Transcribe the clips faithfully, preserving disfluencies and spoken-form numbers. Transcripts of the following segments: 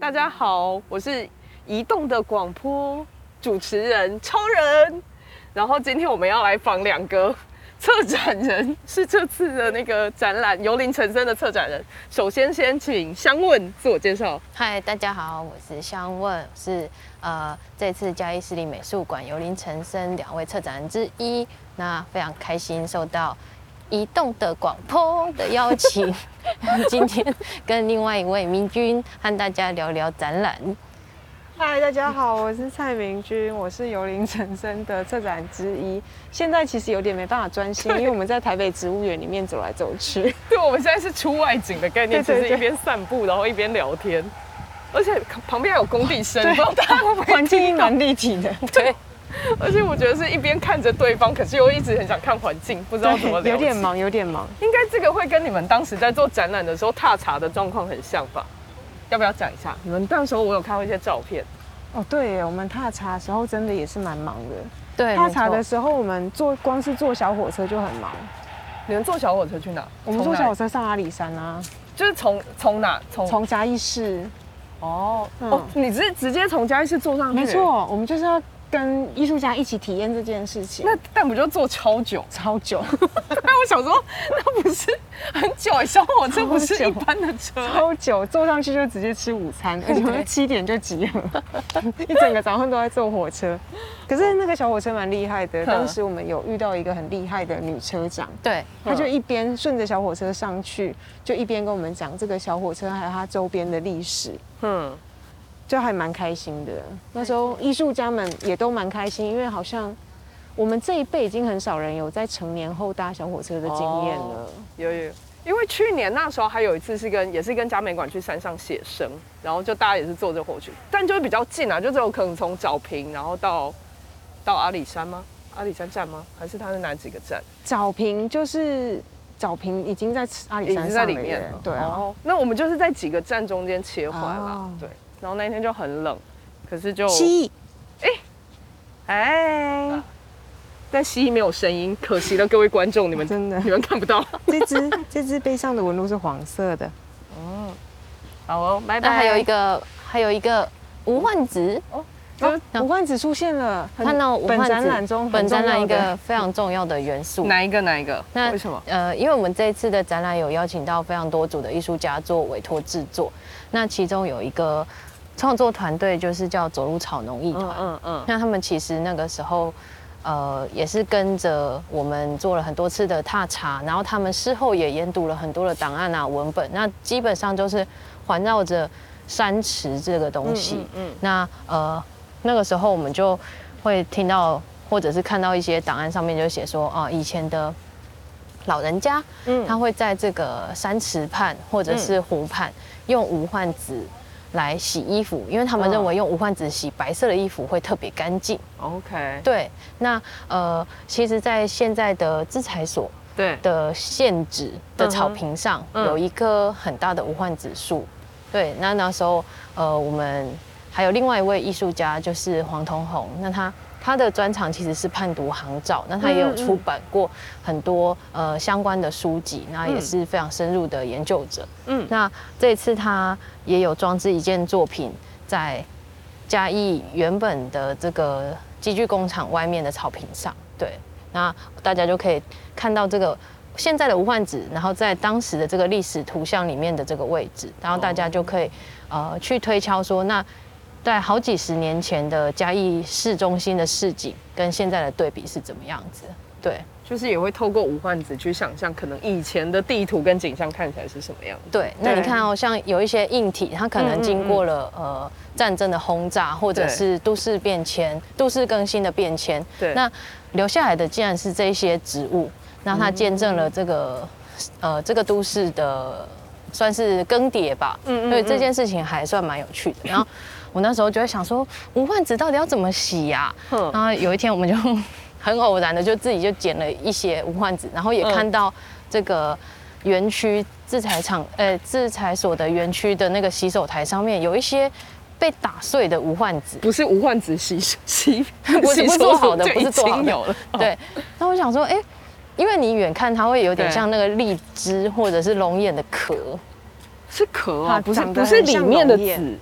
大家好，我是移动的广播主持人超人。然后今天我们要来访两个策展人，是这次的那个展览《由零成生》的策展人。首先，先请香问自我介绍。 嗨，大家好，我是香问，是呃这次嘉义市立美术馆由零成生两位策展人之一。那非常开心受到移动的广播的邀请，今天跟另外一位明君和大家聊聊展览。 嗨，大家好，我是蔡明君，我是由零成生的策展之一。现在其实有点没办法专心，因为我们在台北植物园里面走来走去。 对，我们现在是出外景的概念， 对对对， 其实一边散步，然后一边聊天，而且旁边还有工地声，不知道大家会不会环境蛮立体的。 对。而且我觉得是一边看着对方，可是又一直很想看环境，不知道怎么聊。 有点忙，有点忙。 应该这个会跟你们当时在做展览的时候踏查的状况很像吧？要不要讲一下？你们那时候我有看到一些照片。 哦，对耶，我们踏查的时候真的也是蛮忙的。 对， 踏查的时候我们坐光是坐小火车就很忙。 你们坐小火车去哪？ 我们坐小火车上阿里山啊。 就是从从哪？从从嘉义市。 哦、嗯、哦，你是直接从嘉义市坐上去？ 没错，我们就是要跟艺术家一起体验这件事情。 那但不就坐超久？ 超久。 但我想说，那不是很久？小火车不是一般的车， 超久，坐上去就直接吃午餐，而且我们七点就集合，一整个早上都在坐火车。可是那个小火车蛮厉害的，当时我们有遇到一个很厉害的女车长， 对， 她就一边顺着小火车上去，就一边跟我们讲这个小火车还有它周边的历史。嗯。就还蛮开心的，那时候艺术家们也都蛮开心，因为好像我们这一辈已经很少人有在成年后搭小火车的经验了。哦、 有有，因为去年那时候还有一次是跟也是跟嘉美馆去山上写生，然后就大家也是坐着火车，但就会比较近啊，就只有可能从早平然后到到阿里山吗？阿里山站吗？还是它是哪几个站？ 早平就是早平已经在阿里山上了，已经在里面了。对啊、哦， 那我们就是在几个站中间切换啦，哦、对。然后那一天就很冷，可是就蜥蜴， 哎哎，啊、但蜥蜴没有声音，可惜了各位观众，你们真的你们看不到。 这只这只背上的纹路是黄色的。 哦，好哦，拜拜。 那还有一个还有一个无患子哦。 无患子出现了， 看到无患子本展览中本展览一个非常重要的元素。 哪一个？哪一个？ 那为什么？ 呃，因为我们这一次的展览有邀请到非常多组的艺术家做委托制作，那其中有一个创作团队就是叫走入草农艺团。嗯 嗯, 嗯那他们其实那个时候，呃，也是跟着我们做了很多次的踏查，然后他们事后也研读了很多的档案啊文本，那基本上就是环绕着山池这个东西。嗯, 嗯, 嗯那呃。那个时候我们就会听到，或者是看到一些档案上面就写说，哦，以前的老人家，嗯，他会在这个山池畔或者是湖畔用无患子来洗衣服，因为他们认为用无患子洗白色的衣服会特别干净。 OK， 对，那呃，其实，在现在的制裁所对的现址的草坪上有一棵很大的无患子树，对，那那时候呃我们。还有另外一位艺术家，就是黄同宏。那他他的专长其实是判读航照，那他也有出版过很多呃相关的书籍，那也是非常深入的研究者。嗯，那这一次他也有装置一件作品在嘉义原本的这个机具工厂外面的草坪上。对，那大家就可以看到这个现在的无患子，然后在当时的这个历史图像里面的这个位置，然后大家就可以呃去推敲说那。在好几十年前的嘉义市中心的市景跟现在的对比是怎么样子？对， 就是也会透过无患子去想象，可能以前的地图跟景象看起来是什么样子。 对，那你看哦，像有一些硬体，它可能经过了、嗯嗯、呃战争的轰炸，或者是都市变迁、都市更新的变迁，对，那留下来的竟然是这些植物，那它见证了这个、嗯、呃这个都市的算是更迭吧。嗯嗯，所以这件事情还算蛮有趣的。然后。我那时候就会想说，无患子到底要怎么洗呀、啊？然后有一天我们就很偶然的就自己就捡了一些无患子，然后也看到这个园区制裁厂呃制裁所的园区的那个洗手台上面有一些被打碎的无患子， 不是无患子洗洗， 不是不是做好的，不是做好的。 对，那我想说，哎、欸，因为你远看它会有点像那个荔枝或者是龙眼的壳， 是壳啊，不是不是里面的籽。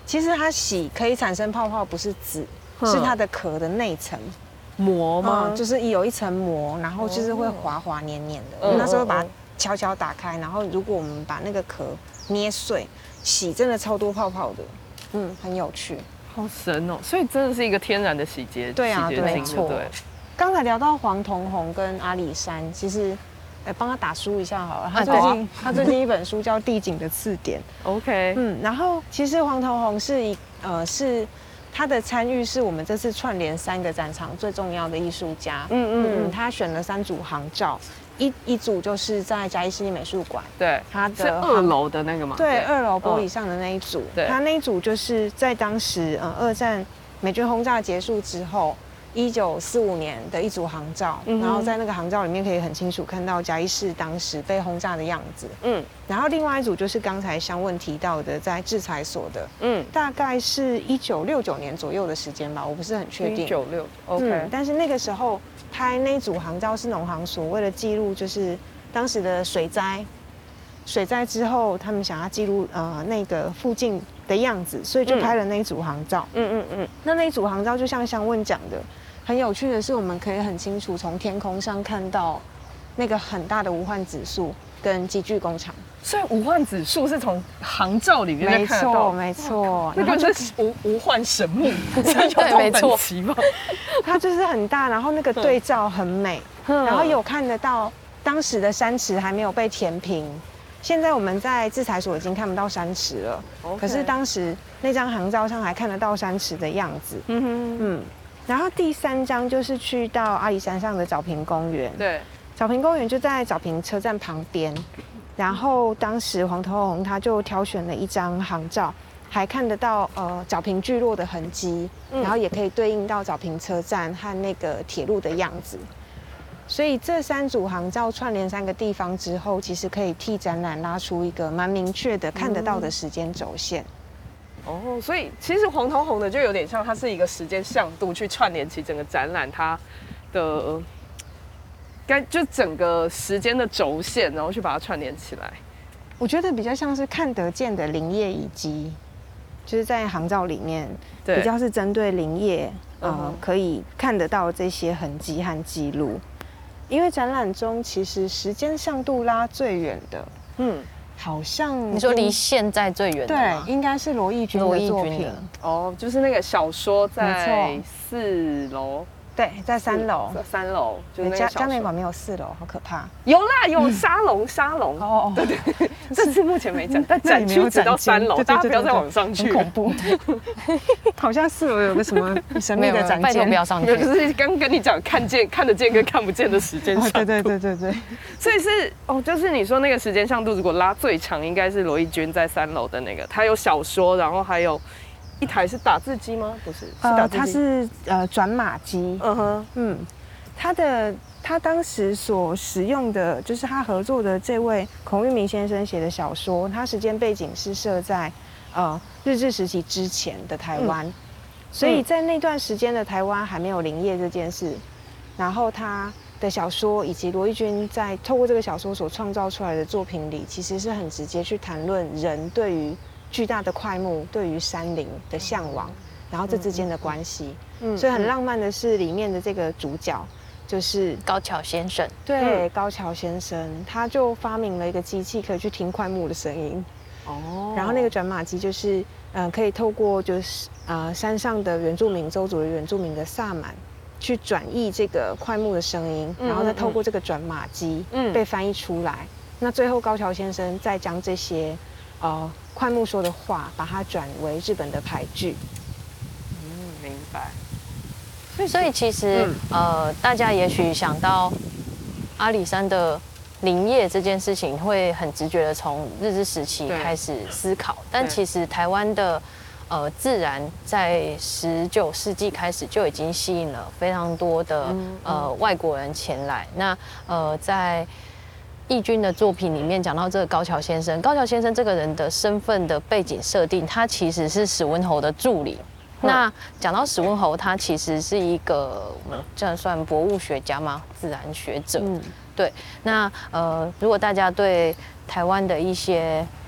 其实它洗可以产生泡泡，不是籽，是它的壳的内层膜吗？ 嗯，就是有一层膜，然后就是会滑滑黏黏的。 嗯那时候把它悄悄打开，然后如果我们把那个壳捏碎，洗真的超多泡泡的，嗯，很有趣。 好神哦！所以真的是一个天然的洗洁， 对啊， 洗洁精， 对没错对。 刚才聊到黄铜红跟阿里山，其实，哎，帮他打书一下好了。他啊最近、 好啊他最近一本书叫《地景的刺点》。 OK， 嗯，然后其实黄铜红是一呃是他的参与是我们这次串联三个展场最重要的艺术家。 嗯嗯嗯， 嗯， 他选了三组航照，一一组就是在嘉义市立美术馆， 对， 他是的二楼的那个吗？ 对二楼玻璃上的那一组， 对他那一组就是在当时呃二战美军轰炸结束之后。一九四五年的一组航照， 嗯哼然后在那个航照里面可以很清楚看到嘉义市当时被轰炸的样子。 嗯然后另外一组就是刚才香问提到的，在制裁所的， 嗯， 大概是一九六九年左右的时间吧，我不是很确定。 一九六，OK， 嗯，但是那个时候拍那组航照是农航所为了记录，就是当时的水灾，水灾之后他们想要记录呃那个附近的样子，所以就拍了那一组航照。 嗯嗯嗯， 那那一组航照就像香问讲的，很有趣的是，我们可以很清楚从天空上看到那个很大的无患指数跟集聚工厂。 所以无患指数是从航照里面没就看得到错，，没错， 那然后就个是无无患神木，是有对到没错本旗吗？ 它就是很大，然后那个对照很美， 嗯然后有看得到当时的山池还没有被填平。现在我们在制裁所已经看不到山池了， OK 可是当时那张航照上还看得到山池的样子。 嗯哼， 嗯，然后第三张就是去到阿里山上的早平公园。 对， 早平公园就在早平车站旁边，然后当时黄头红他就挑选了一张航照，还看得到呃早平聚落的痕迹， 嗯然后也可以对应到早平车站和那个铁路的样子。所以这三组航照串联三个地方之后，其实可以替展览拉出一个蛮明确的看得到的时间轴线。 哦，所以其实黄头红的就有点像，它是一个时间向度去串联起整个展览它的，该就整个时间的轴线，然后去把它串联起来。 我觉得比较像是看得见的林业遗迹，就是在航照里面对比较是针对林业，呃， 嗯哼可以看得到这些痕迹和记录。因为展览中其实时间向度拉最远的， 嗯， 好像你说离现在最远的吗？ 对，应该是罗毅军罗的作品毅军的。 哦，就是那个小说在没错四楼， 对，在三楼。 在三楼，就是那嘉个小说。 嘉美馆没有四楼，好可怕。 有啦，有沙龙，沙龙。 哦，对对， 这次目前没展，但展区只到三楼，大家不要再往上去。 很恐怖。好像四楼有个什么神秘没有的展拜托间不。要上没有， 去。 就是刚跟你讲，看见、看得见跟看不见的时间哦， 向度。 对对对对对。 所以是哦，就是你说那个时间向度，如果拉最长，应该是罗毅军在三楼的那个，他有小说，然后还有一台是打字机吗？不是，是打呃， 字机。 它是呃转码机。 嗯哼， 嗯，他的他当时所使用的就是他合作的这位孔玉明先生写的小说，他时间背景是设在呃日治时期之前的台湾， 嗯所以在那段时间的台湾还没有林业这件事，然后他的小说以及罗毅军在透过这个小说所创造出来的作品里，其实是很直接去谈论人对于巨大的块木、对于山林的向往，然后这之间的关系。 嗯所以很浪漫的是，里面的这个主角就是高桥先生， 对高桥先生，他就发明了一个机器，可以去听块木的声音。 哦然后那个转码机就是，呃，可以透过就是呃山上的原住民、周族的原住民的萨满，去转译这个块木的声音， 嗯然后再透过这个转码机， 嗯被翻译出来。那最后高桥先生再将这些呃块木说的话，把它转为日本的俳句。 嗯，明白。 所以其实、 嗯呃，大家也许想到阿里山的林业这件事情，会很直觉的从日治时期对开始思考，但对其实台湾的呃自然在十九世纪开始就已经吸引了非常多的、 嗯呃外国人前来。那呃在义军的作品里面讲到这个高桥先生，高桥先生这个人的身份的背景设定，他其实是史文侯的助理。那讲到史文侯，他其实是一个我们这样算博物学家吗？自然学者。 嗯， 对。那呃，如果大家对台湾的一些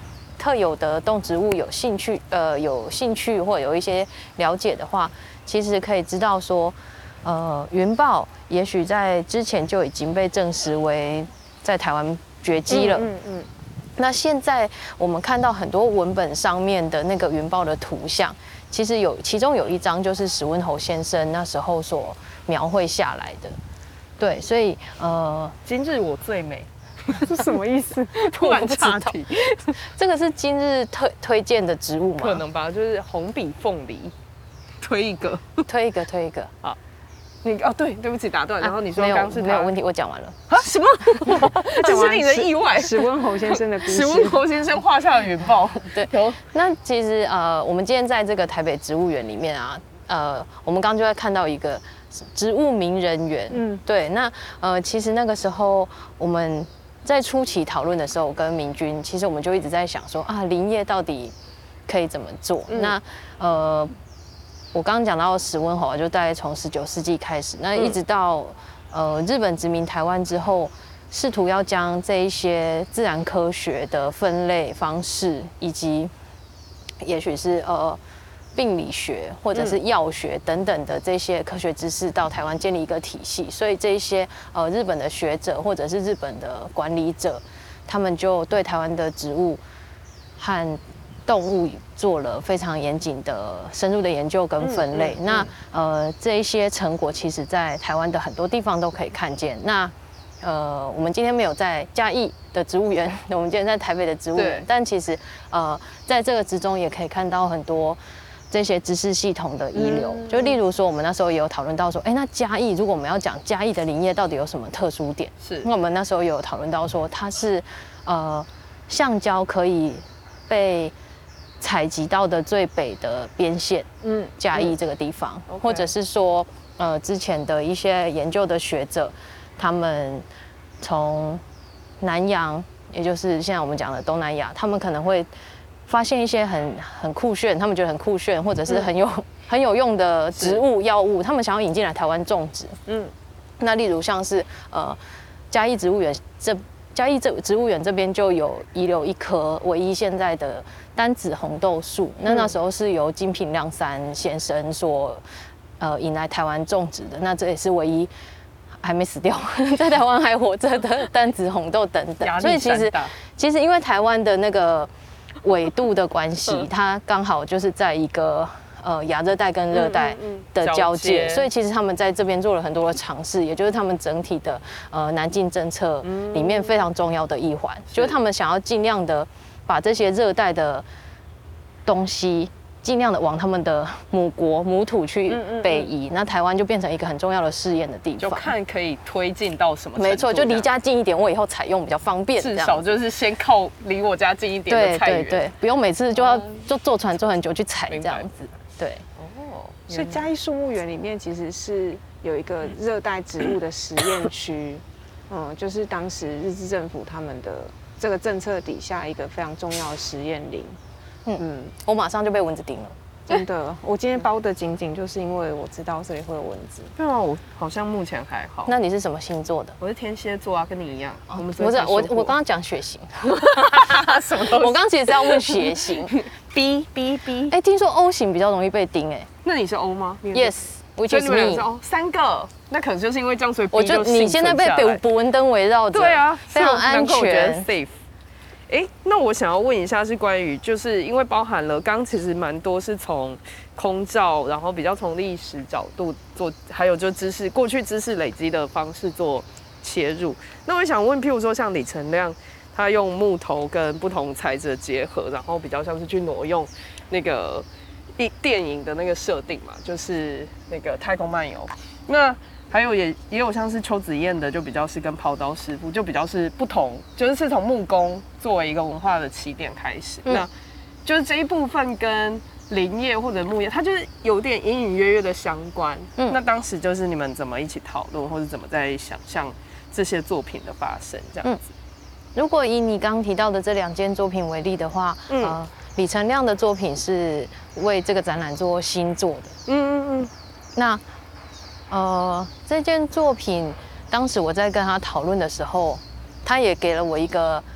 特有的动植物有兴趣，呃，有兴趣或有一些了解的话，其实可以知道说，呃，云豹也许在之前就已经被证实为在台湾绝迹了。嗯 嗯, 嗯。那现在我们看到很多文本上面的那个云豹的图像，其实有其中有一张就是史温侯先生那时候所描绘下来的。对，所以呃， 今日我最美。 是什么意思？ 突然岔题。 这个是今日推推荐的植物吗？ 可能吧，就是红笔凤梨，推一个， 推一个，推一个。 好，你哦，对，对不起，打断。然后你说刚刚是没有问题，我讲完了。 啊？什么？这是你的意外。 史温侯先生的故事。 史温侯先生画下的云豹。 对。那其实呃，我们今天在这个台北植物园里面啊，呃，我们刚刚就会看到一个植物名人园。嗯，对。那呃，其实那个时候我们在初期讨论的时候，我跟明君，其实我们就一直在想说啊，林业到底可以怎么做？嗯、那呃，我刚刚讲到史温侯，就大概从十九世纪开始，那一直到、嗯、呃日本殖民台湾之后，试图要将这一些自然科学的分类方式，以及也许是呃。病理学或者是药学等等的这些科学知识到台湾建立一个体系，所以这一些呃日本的学者或者是日本的管理者，他们就对台湾的植物和动物做了非常严谨的深入的研究跟分类。嗯嗯嗯、那呃这一些成果其实在台湾的很多地方都可以看见。那呃我们今天没有在嘉义的植物园，我们今天在台北的植物园，但其实呃在这个之中也可以看到很多这些知识系统的遗留。嗯、就例如说，我们那时候也有讨论到说，哎、欸，那嘉义如果我们要讲嘉义的林业到底有什么特殊点？是，那我们那时候也有讨论到说，它是呃橡胶可以被采集到的最北的边线，嗯，嘉义这个地方，嗯、或者是说，呃，之前的一些研究的学者，他们从南洋，也就是现在我们讲的东南亚，他们可能会发现一些很很酷炫，他们觉得很酷炫，或者是很有、嗯、很有用的植物药物，他们想要引进来台湾种植。嗯，那例如像是呃嘉义植物园这嘉义这植物园这边就有遗留一棵唯一现在的单子红豆树，那那时候是由金平亮三先生所呃引来台湾种植的，那这也是唯一还没死掉，在台湾还活着的单子红豆等等。所以其实其实因为台湾的那个纬度的关系，它刚好就是在一个呃亚热带跟热带的交界，所以其实他们在这边做了很多的尝试，也就是他们整体的呃南进政策里面非常重要的一环，就是他们想要尽量的把这些热带的东西尽量的往他们的母国母土去北移，那台湾就变成一个很重要的试验的地方， 就看可以推进到什么程度。 没错，就离家近一点，我以后采用比较方便。 至少就是先靠离我家近一点的菜园， 对对对，不用每次就要就坐船坐很久去采这样子。对， 哦，所以嘉义树木园里面其实是有一个热带植物的实验区，嗯，就是当时日治政府他们的这个政策底下一个非常重要的实验林。 嗯嗯，我马上就被蚊子叮了， 真的。我今天包得紧紧，就是因为我知道这里会有蚊子。 对啊，我好像目前还好。 那你是什么星座的？ 我是天蝎座啊，跟你一样。 哦、我们不是我，我刚刚讲血型。 什么东西？ 我刚刚其实是要问血型。 B B B。 哎，听说 O 型比较容易被叮，哎。 那你是 O 吗 ？Yes，which is me。 三个，那可能就是因为这样，所以我就你现在被捕捕蚊灯围绕着， 对啊， 非常安全 ，safe。哎，那我想要问一下，是关于就是因为包含了刚其实蛮多是从空照，然后比较从历史角度做，还有就知识过去知识累积的方式做切入。那我想问，譬如说像李成亮，他用木头跟不同材质的结合，然后比较像是去挪用那个一电影的那个设定嘛，就是那个太空漫游。那还有也也有像是邱子燕的，就比较是跟刨刀师傅，就比较是不同，就是是从木工作为一个文化的起点开始。嗯、那就是这一部分跟林业或者木业，它就是有点隐隐约约的相关。嗯，那当时就是你们怎么一起讨论，或者怎么在想象这些作品的发生这样子？嗯、 如果以你刚提到的这两件作品为例的话，嗯、呃，李成亮的作品是为这个展览做新作的。嗯嗯嗯，那。呃，这件作品当时我在跟他讨论的时候，他也给了我一个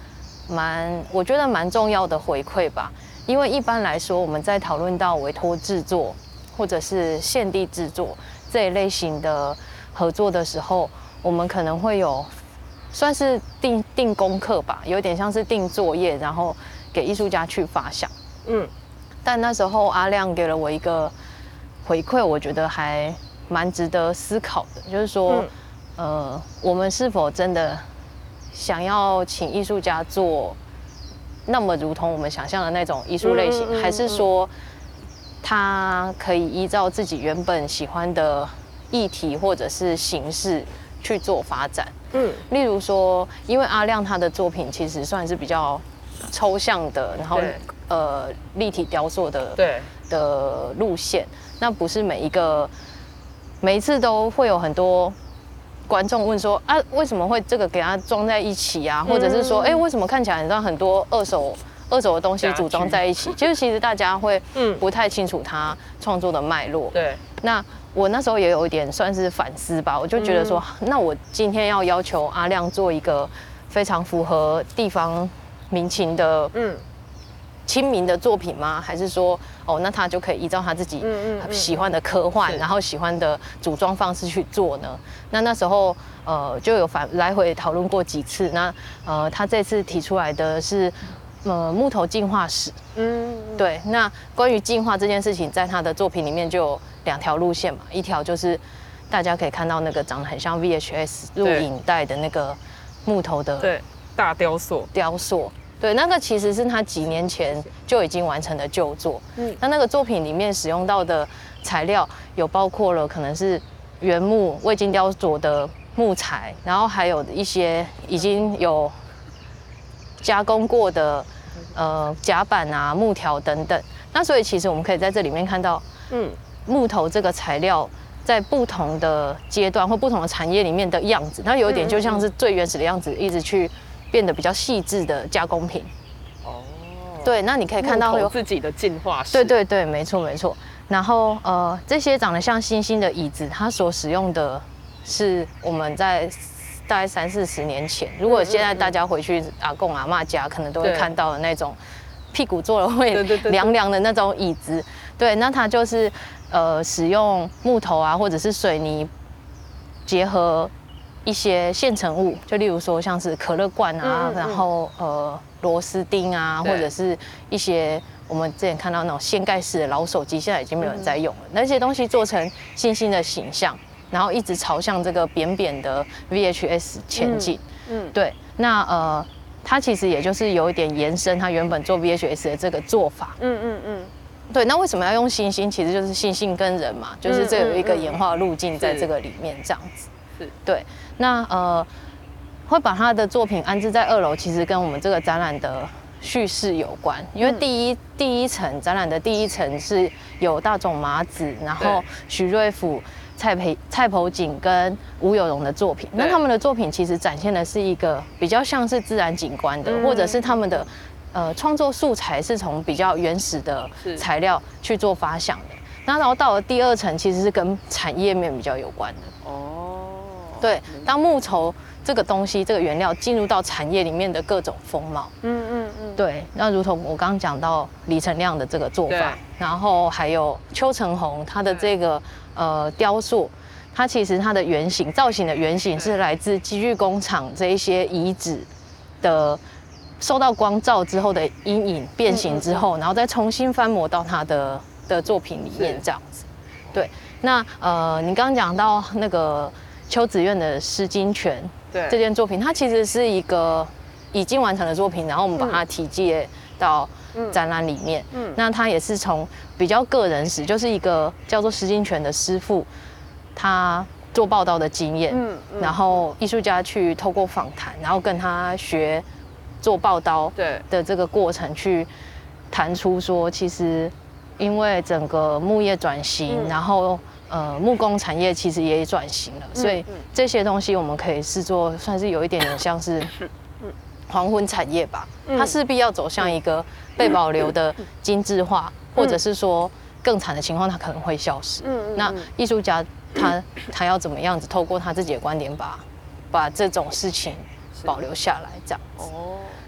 蛮我觉得蛮重要的回馈吧。因为一般来说，我们在讨论到委托制作或者是现地制作这一类型的合作的时候，我们可能会有算是定定功课吧，有点像是定作业，然后给艺术家去发想。嗯，但那时候阿亮给了我一个回馈，我觉得还蛮值得思考的，就是说，嗯、呃，我们是否真的想要请艺术家做那么如同我们想象的那种艺术类型，嗯嗯嗯嗯还是说他可以依照自己原本喜欢的议题或者是形式去做发展？嗯，例如说，因为阿亮他的作品其实算是比较抽象的，然后呃立体雕塑的对的路线，那不是每一个每一次都会有很多观众问说啊，为什么会这个给它装在一起啊？或者是说，哎、欸，为什么看起来很像很多二手二手的东西组装在一起？就是其实大家会不太清楚他创作的脉络。对，那我那时候也有一点算是反思吧，我就觉得说，嗯、那我今天要要求阿亮做一个非常符合地方民情的，嗯。亲民的作品吗？还是说，哦，那他就可以依照他自己喜欢的科幻，嗯嗯嗯、然后喜欢的组装方式去做呢？那那时候，呃，就有反来回讨论过几次。那呃，他这次提出来的是，呃，木头进化史。嗯，对。那关于进化这件事情，在他的作品里面就有两条路线嘛，一条就是大家可以看到那个长得很像 V H S 录影带的那个木头的对大雕塑雕塑。对，那个其实是他几年前就已经完成的旧作。嗯，那那个作品里面使用到的材料有包括了可能是原木未经雕琢的木材，然后还有一些已经有加工过的呃甲板啊、木条等等。那所以其实我们可以在这里面看到，嗯，木头这个材料在不同的阶段或不同的产业里面的样子，它有一点就像是最原始的样子，一直去变得比较细致的加工品。哦，对，那你可以看到有自己的进化史。 对对对，没错没错。然后呃，这些长得像星星的椅子，它所使用的是我们在大概三四十年前，如果现在大家回去阿公阿嬷家，可能都会看到的那种屁股坐了会凉凉的那种椅子。对，那它就是呃使用木头啊，或者是水泥结合一些现成物，就例如说像是可乐罐啊，嗯嗯然后呃螺丝钉啊，或者是一些我们之前看到那种掀盖式的老手机，现在已经没有人在用了。那些东西做成星星的形象，然后一直朝向这个扁扁的 V H S 前进。嗯，嗯对。那呃，它其实也就是有一点延伸它原本做 V H S 的这个做法。嗯嗯嗯。对，那为什么要用星星？其实就是星星跟人嘛，就是这有一个演化路径在这个里面这样子。是。对。那呃，会把他的作品安置在二楼，其实跟我们这个展览的叙事有关。因为第一、嗯、第一层展览的第一层是有大冢麻子，然后许瑞甫、蔡培、蔡剖景跟吴有荣的作品。那他们的作品其实展现的是一个比较像是自然景观的，嗯、或者是他们的呃创作素材是从比较原始的材料去做发想的。那然后到了第二层，其实是跟产业面比较有关的。哦。对，当木头这个东西、这个原料进入到产业里面的各种风貌，嗯嗯嗯，对。那如同我刚刚讲到李成亮的这个做法，然后还有邱成宏他的这个呃雕塑，它其实它的原型造型的原型是来自机具工厂这一些遗址的受到光照之后的阴影变形之后，然后再重新翻模到他的的作品里面这样子。对，那呃，你刚刚讲到那个邱子苑的《诗经泉》这件作品，它其实是一个已经完成的作品，然后我们把它提借到展览里面。嗯，那它也是从比较个人史，就是一个叫做诗经泉的师傅，他做报道的经验，嗯嗯、然后艺术家去透过访谈，然后跟他学做报道的这个过程，去谈出说，其实因为整个木业转型，嗯、然后。呃，木工产业其实也转型了，所以这些东西我们可以视作算是有一点点像是黄昏产业吧。它势必要走向一个被保留的精致化，或者是说更惨的情况，它可能会消失。那艺术家他他要怎么样子透过他自己的观点把把这种事情保留下来，这样子。哦，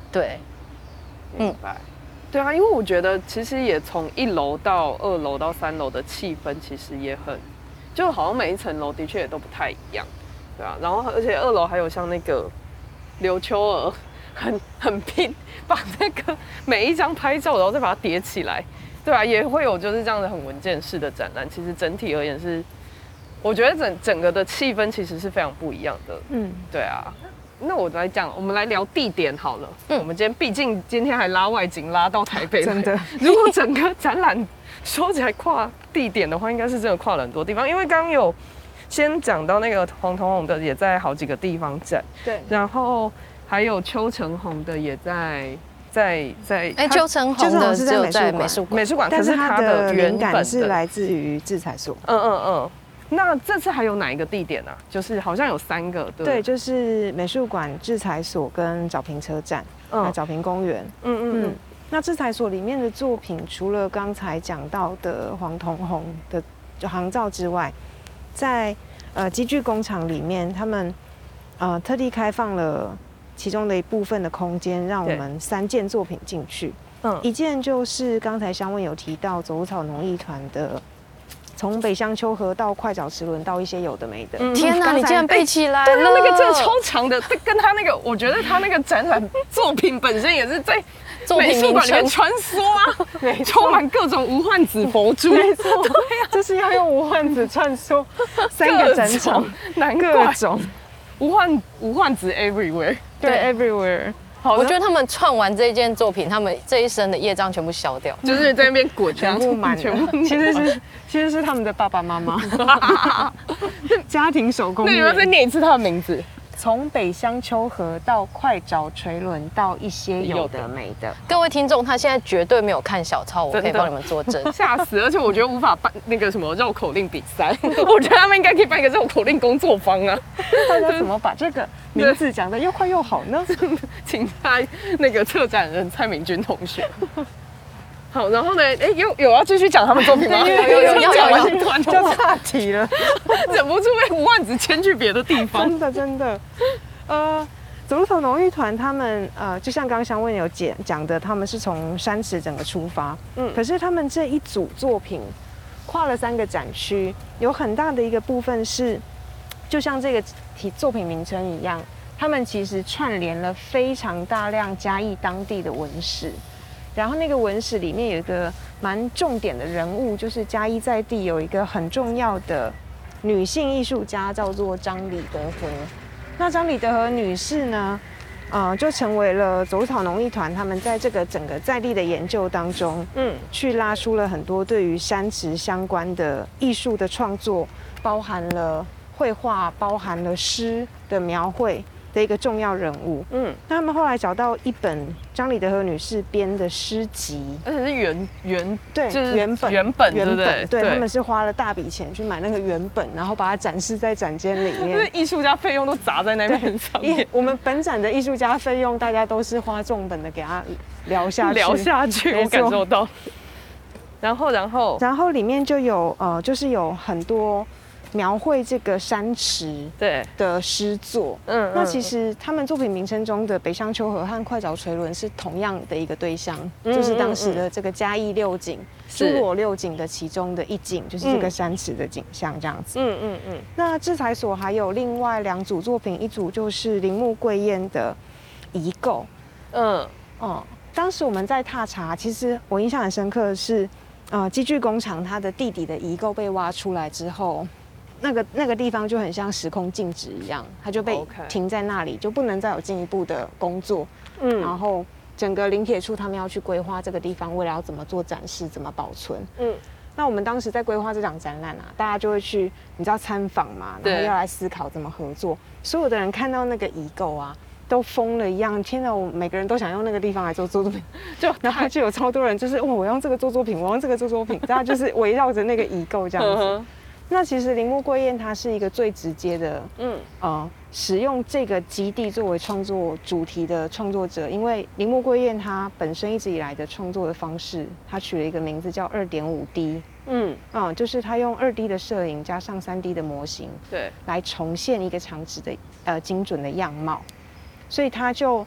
对， 明白。嗯，对啊，因为我觉得其实也从一楼到二楼到三楼的气氛其实也很，就好像每一层楼的确也都不太一样，对啊。然后而且二楼还有像那个刘秋儿很很拼，把那个每一张拍照然后再把它叠起来，对啊，也会有就是这样的很文件式的展览。其实整体而言是，我觉得整整个的气氛其实是非常不一样的。嗯，对啊。那我来讲，我们来聊地点好了。嗯，我们今天毕竟今天还拉外景拉到台北来， 真的。 如果整个展览说起来跨地点的话，应该是真的跨了很多地方。因为刚刚有先讲到那个黄铜红的也在好几个地方展， 对， 然后还有邱成红的也在在在。 哎，邱成红的只有在美术馆， 美术馆， 但是它的灵感是的来自于制裁所。 嗯嗯嗯。那这次还有哪一个地点啊？就是好像有三个，对， 对，就是美术馆、制裁所跟早平车站，嗯，早平公园，嗯嗯嗯。那制裁所里面的作品，除了刚才讲到的黄铜红的就航照之外，在呃机具工厂里面，他们呃特地开放了其中的一部分的空间，让我们三件作品进去。嗯，一件就是刚才香问有提到走草农艺团的。从北乡秋河到快早齿轮到一些有的没的， 嗯、天哪！你竟然背起来了！ 对啊，那个真的超长的，跟他那个，我觉得他那个展览作品本身也是在美术馆里面穿梭啊，充满各种无患子佛珠。 没错，对啊，就是要用无患子穿梭三个展场， 难怪各种无患无患子 everywhere， 对 everywhere。 我觉得他们串完这件作品，他们这一生的业障全部消掉， 就是在那边滚， 全部满，全部其实是其实是他们的爸爸妈妈，家庭手工。 那你要再念一次他的名字？ 从北乡秋河到快找垂纶到一些有的没的。 各位听众，他现在绝对没有看小抄，我可以帮你们作证。 吓死！而且我觉得无法办那个什么绕口令比赛，我觉得他们应该可以办一个绕口令工作坊啊。 大家怎么把这个名字讲得又快又好呢？ 请他那个策展人蔡明君同学。好，然后呢？哎，有有要继续讲他们作品吗？ 有有有，要讲完团就岔题了， 忍不住被吴万子牵去别的地方。 真的真的，呃，走路草农艺团他们呃，就像刚刚香问有讲讲的，他们是从山池整个出发，嗯，可是他们这一组作品跨了三个展区，有很大的一个部分是，就像这个题作品名称一样，他们其实串联了非常大量嘉义当地的文史。然后那个文史里面有一个蛮重点的人物，就是嘉义在地有一个很重要的女性艺术家，叫做张李德和。那张李德和女士呢，呃，就成为了走草农艺团他们在这个整个在地的研究当中，嗯，去拉出了很多对于山池相关的艺术的创作，包含了绘画，包含了诗的描绘。的一个重要人物，嗯，那他们后来找到一本张李德和女士编的诗集， 而且是原原对，就是原本原本原本， 对, 对, 对他们是花了大笔钱去买那个原本，然后把它展示在展间里面， 就是艺术家费用都砸在那边上面。 我们本展的艺术家费用，大家都是花重本的给他聊下去， 聊下去，我感受到。然后，然后， 然后里面就有呃，就是有很多。描绘这个山池对的诗作，嗯，那其实他们作品名称中的北乡秋河和快早垂纶是同样的一个对象，嗯、就是当时的这个嘉义六景、侏罗六景的其中的一景，就是这个山池的景象这样子。嗯嗯嗯。那制裁所还有另外两组作品，一组就是铃木贵彦的遗构，嗯哦，当时我们在踏查，其实我印象很深刻的是，呃，机具工厂它的地底的遗构被挖出来之后。那个那个地方就很像时空静止一样，它就被停在那里，就不能再有进一步的工作。嗯，然后整个林铁处他们要去规划这个地方，未来要怎么做展示，怎么保存。嗯，那我们当时在规划这场展览啊，大家就会去，你知道参访嘛，然后要来思考怎么合作。所有的人看到那个遗构啊，都疯了一样，天哪！我每个人都想用那个地方来做作品，就然后就有超多人就是，哦，我用这个做作品，我用这个做作品，大家就是围绕着那个遗构这样子。那其实铃木贵彦他是一个最直接的，嗯，呃，使用这个基地作为创作主题的创作者，因为铃木贵彦他本身一直以来的创作的方式，他取了一个名字叫二点五 D， 嗯，啊、呃，就是他用二 D 的摄影加上三 D 的模型，对，来重现一个场址的呃精准的样貌，所以他就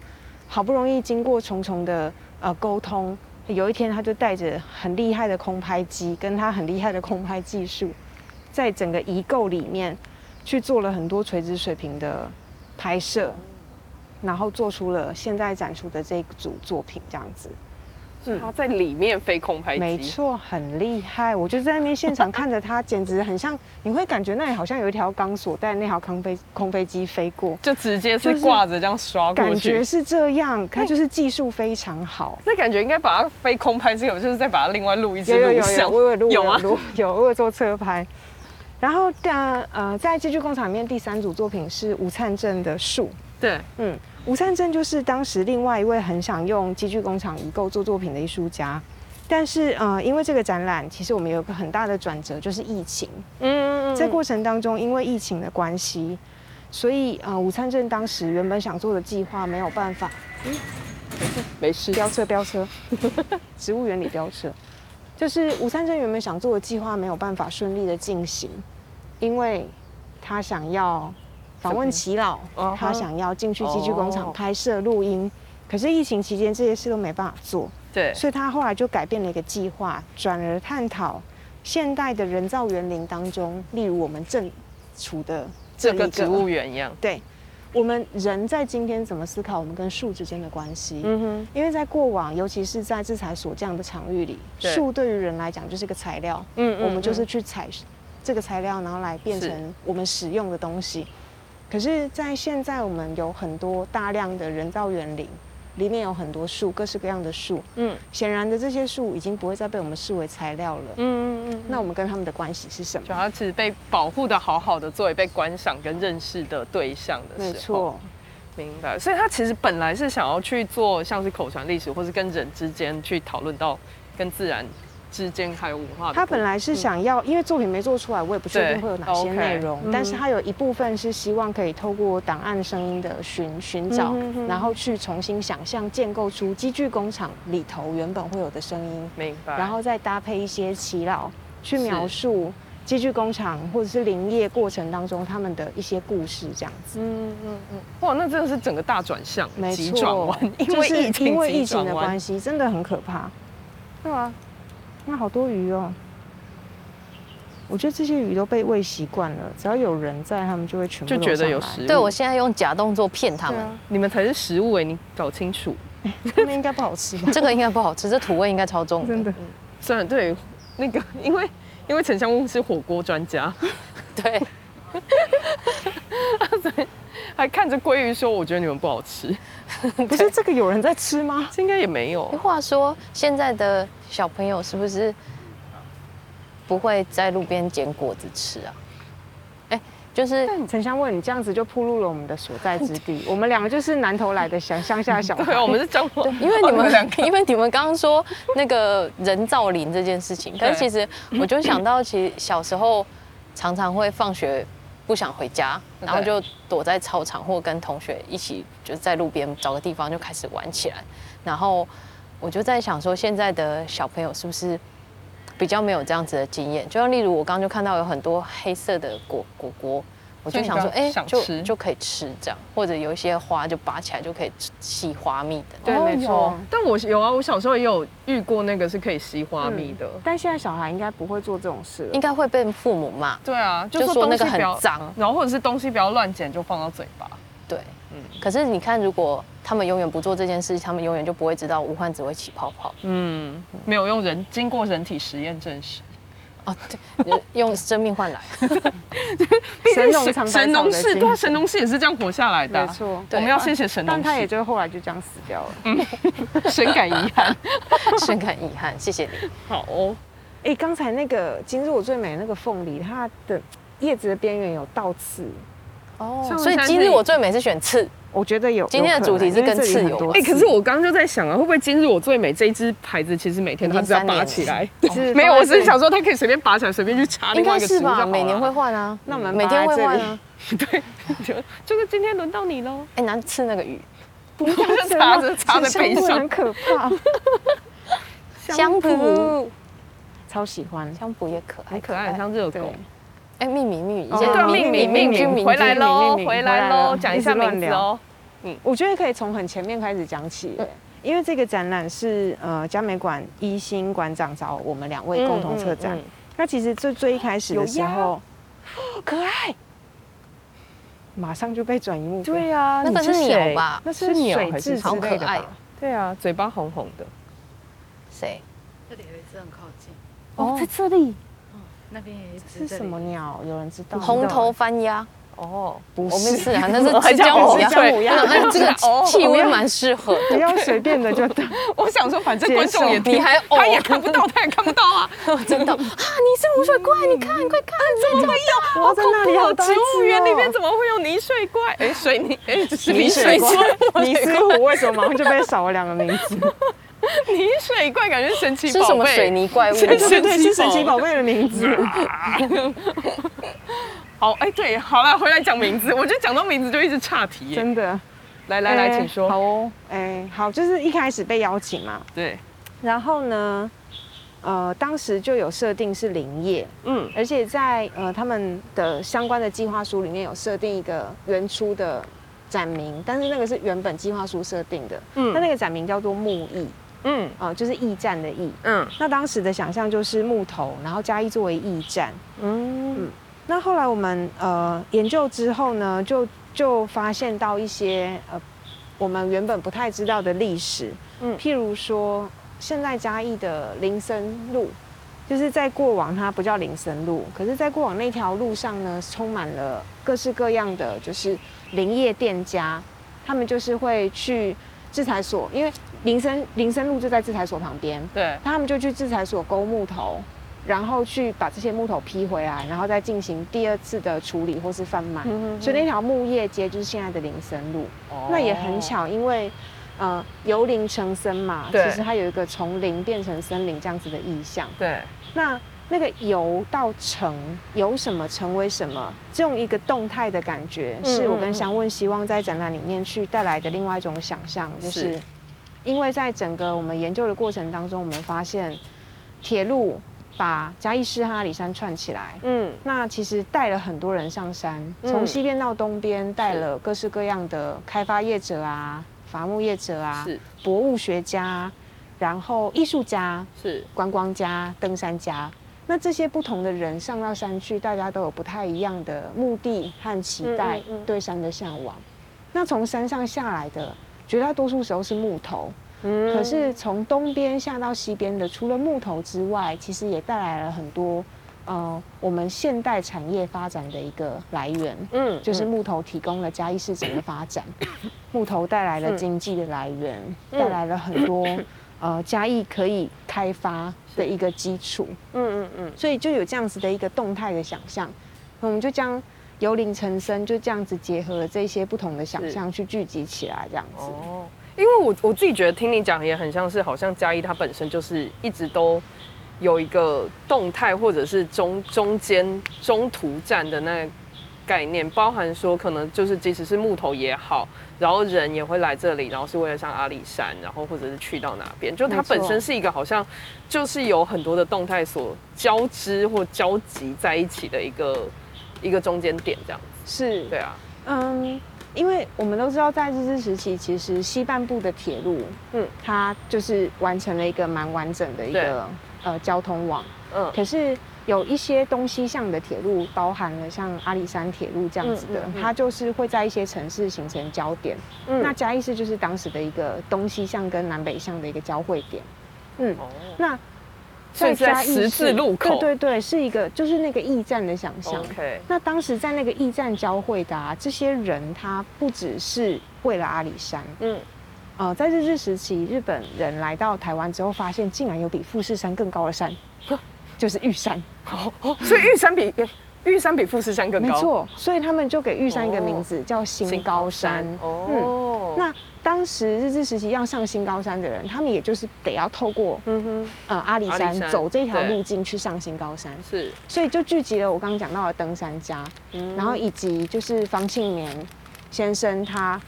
好不容易经过重重的呃沟通，有一天他就带着很厉害的空拍机，跟他很厉害的空拍技术，在整个遗构里面去做了很多垂直水平的拍摄，然后做出了现在展出的这一组作品，这样子。 嗯，他在里面飞空拍机， 没错，很厉害。我就在那边现场看着他，简直很像，你会感觉那里好像有一条钢索带那条空飞空飞机飞过， 就直接是挂着这样刷过去， 感觉是这样。他就是技术非常好， 那感觉应该把它飞空拍之后，就是再把它另外录一支有有有录像， 我有录有吗？ 有有，我有做侧拍。然后的呃，在戏剧工厂里面，第三组作品是吴灿正的树。 对， 嗯，吴灿正就是当时另外一位很想用戏剧工厂遗构做作品的艺术家，但是呃，因为这个展览，其实我们有一个很大的转折，就是疫情。嗯，在过程当中，因为疫情的关系，所以呃，吴灿正当时原本想做的计划没有办法。 嗯，没事， 飙车飙车，植物园里飙车，就是吴灿正原本想做的计划没有办法顺利的进行，因为他想要访问耆老，他想要进去戏剧工厂拍摄录音，可是疫情期间这些事都没办法做， 对， 所以他后来就改变了一个计划，转而探讨现代的人造园林当中，例如我们正处的这个植物园一样， 对，我们人在今天怎么思考我们跟树之间的关系？嗯哼，因为在过往，尤其是在制裁所这样的场域里，树对于人来讲就是一个材料，嗯，我们就是去采这个材料，然后来变成我们使用的东西。可是，在现在我们有很多大量的人造园林，里面有很多树，各式各样的树。嗯，显然的，这些树已经不会再被我们视为材料了。嗯嗯嗯。那我们跟他们的关系是什么？ 就它其实被保护的好好的，作为被观赏跟认识的对象的时候。没错。明白。所以他其实本来是想要去做像是口传历史，或是跟人之间去讨论到跟自然之间还有文化的。 他本来是想要，嗯、因为作品没做出来，我也不确定会有哪些内容。Okay, 但是他有一部分是希望可以透过档案声音的寻寻找，嗯、哼哼然后去重新想象、建构出机具工厂里头原本会有的声音。 明白。 然后再搭配一些耆老去描述机具工厂或者是林业过程当中他们的一些故事，这样子。嗯嗯嗯。哇，那真的是整个大转向， 没急转弯，因为疫情， 因为疫情的关系，真的很可怕。对啊。那好多鱼哦！我觉得这些鱼都被喂习惯了，只要有人在，他们就会全部都就觉得有食物。 对，我现在用假动作骗他们， 啊、 你们才是食物哎，你搞清楚。 他们应该不好吃吧？ 这个应该不好吃，这土味应该超重的。 真的。 虽然对那个，因为因为陈香木是火锅专家， 对， 还看着鲑鱼说：“我觉得你们不好吃。” 不是这个有人在吃吗？ 这应该也没有。 话说现在的小朋友是不是不会在路边捡果子吃啊？哎、欸，就是陈香问你这样子就暴露了我们的所在之地。我们两个就是南投来的小乡下小孩， 对，我们是彰化。 因为你们因为你们刚刚说那个人造林这件事情，可是其实我就想到，其实小时候常常会放学不想回家，然后就躲在操场或跟同学一起，就在路边找个地方就开始玩起来。然后我就在想说，现在的小朋友是不是比较没有这样子的经验？就像例如我刚刚就看到有很多黑色的果果果，我就想说，哎、欸，就就可以吃这样，或者有一些花就拔起来就可以吸花蜜的。 对，没错。但我有啊，我小时候也有遇过那个是可以吸花蜜的。 嗯、但现在小孩应该不会做这种事了， 应该会被父母骂。 对啊， 就说那个很脏， 然后或者是东西不要乱捡，就放到嘴巴。 对，嗯。可是你看，如果他们永远不做这件事，他们永远就不会知道无患子会起泡泡。 嗯，没有用人经过人体实验证实。 哦，对，用生命换来。 神农尝百草的神农氏，对，神农氏也是这样活下来的、啊。 没错， 我们要谢谢神农氏。 但他也就后来就这样死掉了。 嗯，深感遗憾， 深感遗憾，谢谢你。 好哦。 哎、欸，刚才那个今日我最美那个凤梨，它的叶子的边缘有倒刺。 哦，所以今日我最美是选刺。 我觉得有， 今天的主题是跟刺有关。 哎，可是我刚刚就在想啊，会不会今日我最美这一支牌子，其实每天它只要拔起来，没有，我是想说它可以随便拔起来，随便去插另外一个植物就好了。 每年会换啊， 那我们每天会换啊。 对，就就是今天轮到你喽。 哎，拿刺那个鱼， 不要插着插着背上， 很可怕。 香蒲， 超喜欢， 香蒲也可爱， 很可爱，很像热狗。 哎，秘密秘密， 对，秘密秘密，回来喽，回来喽，讲一下名字哦。 嗯，我觉得可以从很前面开始讲起，嗯、因为这个展览是呃嘉美馆一新馆长找我们两位共同策展。嗯嗯嗯、那其实最最一开始的时候， 哦，可爱， 马上就被转移目标。 对啊， 那个是鸟吧？ 那是水蛭之类的吧？ 对啊，嘴巴红红的。 谁？ 这里有一只很靠近。 哦，在这里。 那边有一只是什么鸟？有人知道？ 红头番鸭。 哦， 不是，我们是啊，那是姜母鸭。 姜母鸭， 那这个气味蛮适合， 不要随便的就对。 我想说，反正观众也你还他也看不到，他也看不到啊， 真的啊！你是污水怪，你看，快看， 怎么会有？ 哇，在那里好大只哦！ 植物园里面怎么会有泥水怪？哎，水泥，哎， 泥水怪，尼斯湖为什么马上就被少了两个名字？ 泥水怪感觉神奇宝贝， 是什么水泥怪物？ 对对对，是神奇宝贝的名字。 好，哎，对，好了，回来讲名字，我觉得讲到名字就一直岔题， 真的。 来来来，请说。 好哦，哎，好，就是一开始被邀请嘛， 对。 然后呢，呃，当时就有设定是林业，嗯，而且在呃他们的相关的计划书里面有设定一个原初的展名，但是那个是原本计划书设定的，嗯，那那个展名叫做木艺。嗯，呃，就是驿站的驿。嗯，那当时的想象就是木头，然后嘉义作为驿站。嗯嗯，那后来我们呃研究之后呢，就就发现到一些呃我们原本不太知道的历史。嗯，譬如说现在嘉义的林森路，就是在过往它不叫林森路，可是在过往那条路上呢，充满了各式各样的就是林业店家，他们就是会去制裁所，因为林森林森路就在制裁所旁边， 对， 他们就去制裁所勾木头，然后去把这些木头批回来，然后再进行第二次的处理或是贩卖。嗯嗯，所以那条木业街就是现在的林森路。哦，那也很巧，因为呃由林成森嘛，其实它有一个从林变成森林这样子的意象。 对， 那那个由到成，由什么成为什么，这种一个动态的感觉，嗯、是我跟香问希望在展览里面去带来的另外一种想象，就是。是因为在整个我们研究的过程当中，我们发现铁路把嘉义市和阿里山串起来，嗯，那其实带了很多人上山，从西边到东边，带了各式各样的开发业者啊、伐木业者啊、博物学家，然后艺术家、是观光家、登山家。那这些不同的人上到山去，大家都有不太一样的目的和期待，对山的向往。那从山上下来的。绝大多数时候是木头，嗯，可是从东边下到西边的，除了木头之外，其实也带来了很多，呃，我们现代产业发展的一个来源，嗯，就是木头提供了嘉义市整个发展，木头带来了经济的来源，带来了很多，呃，嘉义可以开发的一个基础，嗯嗯嗯，所以就有这样子的一个动态的想象，我们就将。由林成森就这样子结合了这些不同的想象去聚集起来，这样子。哦， 因为我我自己觉得听你讲也很像是，好像嘉义它本身就是一直都有一个动态或者是中中间中途站的那个概念，包含说可能就是即使是木头也好，然后人也会来这里，然后是为了上阿里山，然后或者是去到哪边，就它本身是一个好像就是有很多的动态所交织或交集在一起的一个。一个中间点这样子是， 对啊， 嗯，因为我们都知道，在日治时期，其实西半部的铁路，嗯，它就是完成了一个蛮完整的一个呃交通网，嗯，可是有一些东西向的铁路，包含了像阿里山铁路这样子的，嗯嗯嗯、它就是会在一些城市形成交点，嗯，那嘉义市就是当时的一个东西向跟南北向的一个交汇点，嗯，哦、那。 在在十字路口， 对对对，是一个就是那个驿站的想象。Okay. 那当时在那个驿站交汇的啊，这些人他不只是为了阿里山，嗯，呃，在日治时期，日本人来到台湾之后，发现竟然有比富士山更高的山，就是玉山。 哦哦，所以玉山比玉山比富士山更高， 没错。所以他们就给玉山一个名字，哦、叫新高山。哦，嗯，那。当时日治时期要上新高山的人，他们也就是得要透过嗯哼呃阿里山走这条路径去上新高山，是，所以就聚集了我刚刚讲到的登山家，嗯、然后以及就是方庆绵先生他，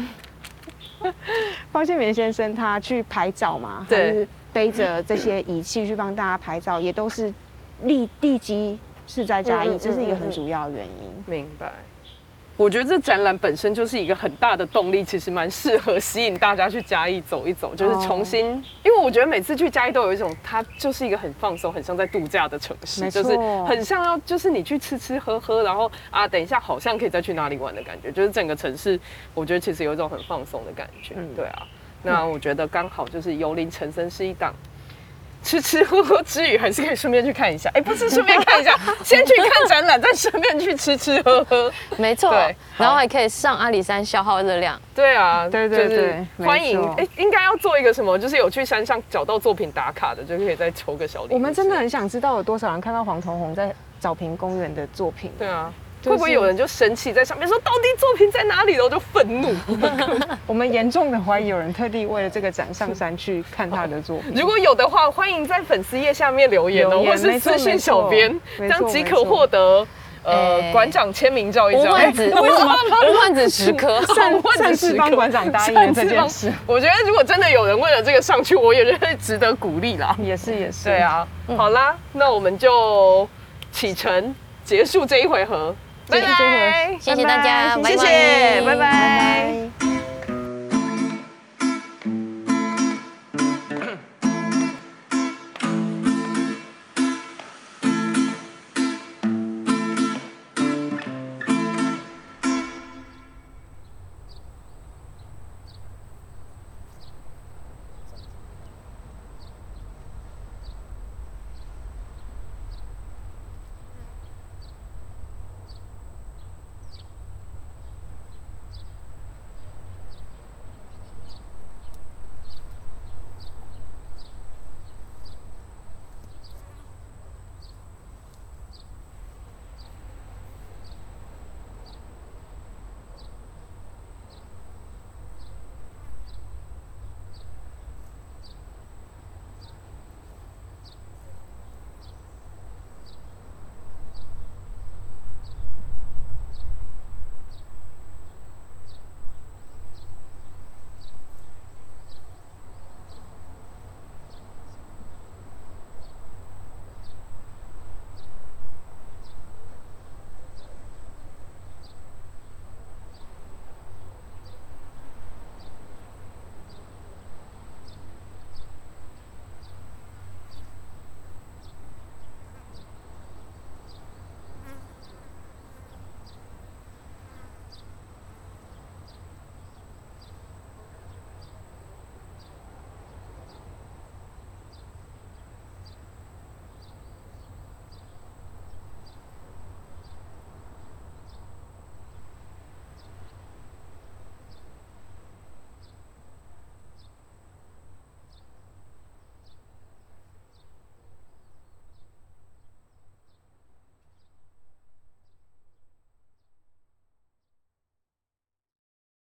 方庆绵先生他去拍照嘛，对，背着这些仪器去帮大家拍照，也都是立地基是在嘉义，这是一个很主要的原因。 明白。 我觉得这展览本身就是一个很大的动力，其实蛮适合吸引大家去嘉义走一走，就是重新，哦、因为我觉得每次去嘉义都有一种，它就是一个很放松、很像在度假的城市，就是很像要，就是你去吃吃喝喝，然后啊，等一下好像可以再去哪里玩的感觉，就是整个城市，我觉得其实有一种很放松的感觉，嗯、对啊。那我觉得刚好就是由林成森是一档。吃吃喝喝之余，还是可以顺便去看一下。哎、欸，不是顺便看一下，先去看展览，再顺便去吃吃喝喝。 没错，然后还可以上阿里山消耗热量。 对啊， 对对对， 欢迎。哎、欸，应该要做一个什么？就是有去山上找到作品打卡的，就可以再抽个小礼物。 我们真的很想知道有多少人看到黄头红在早平公园的作品。 对啊。会不会有人就生气在上面说到底作品在哪里，然后就愤怒？ 我们严重的怀疑有人特地为了这个展上山去看他的作品。 如果有的话，欢迎在粉丝页下面留言哦，或是私讯小编，这样即可获得呃馆长签名照一张。 无患子，为什么无患子十颗？ 擅自帮馆长答应这件事。 我觉得如果真的有人为了这个上去，我也觉得值得鼓励啦。 也是也是。 对啊，好啦，那我们就启程结束这一回合。拜拜， 谢谢大家， 谢谢，拜拜。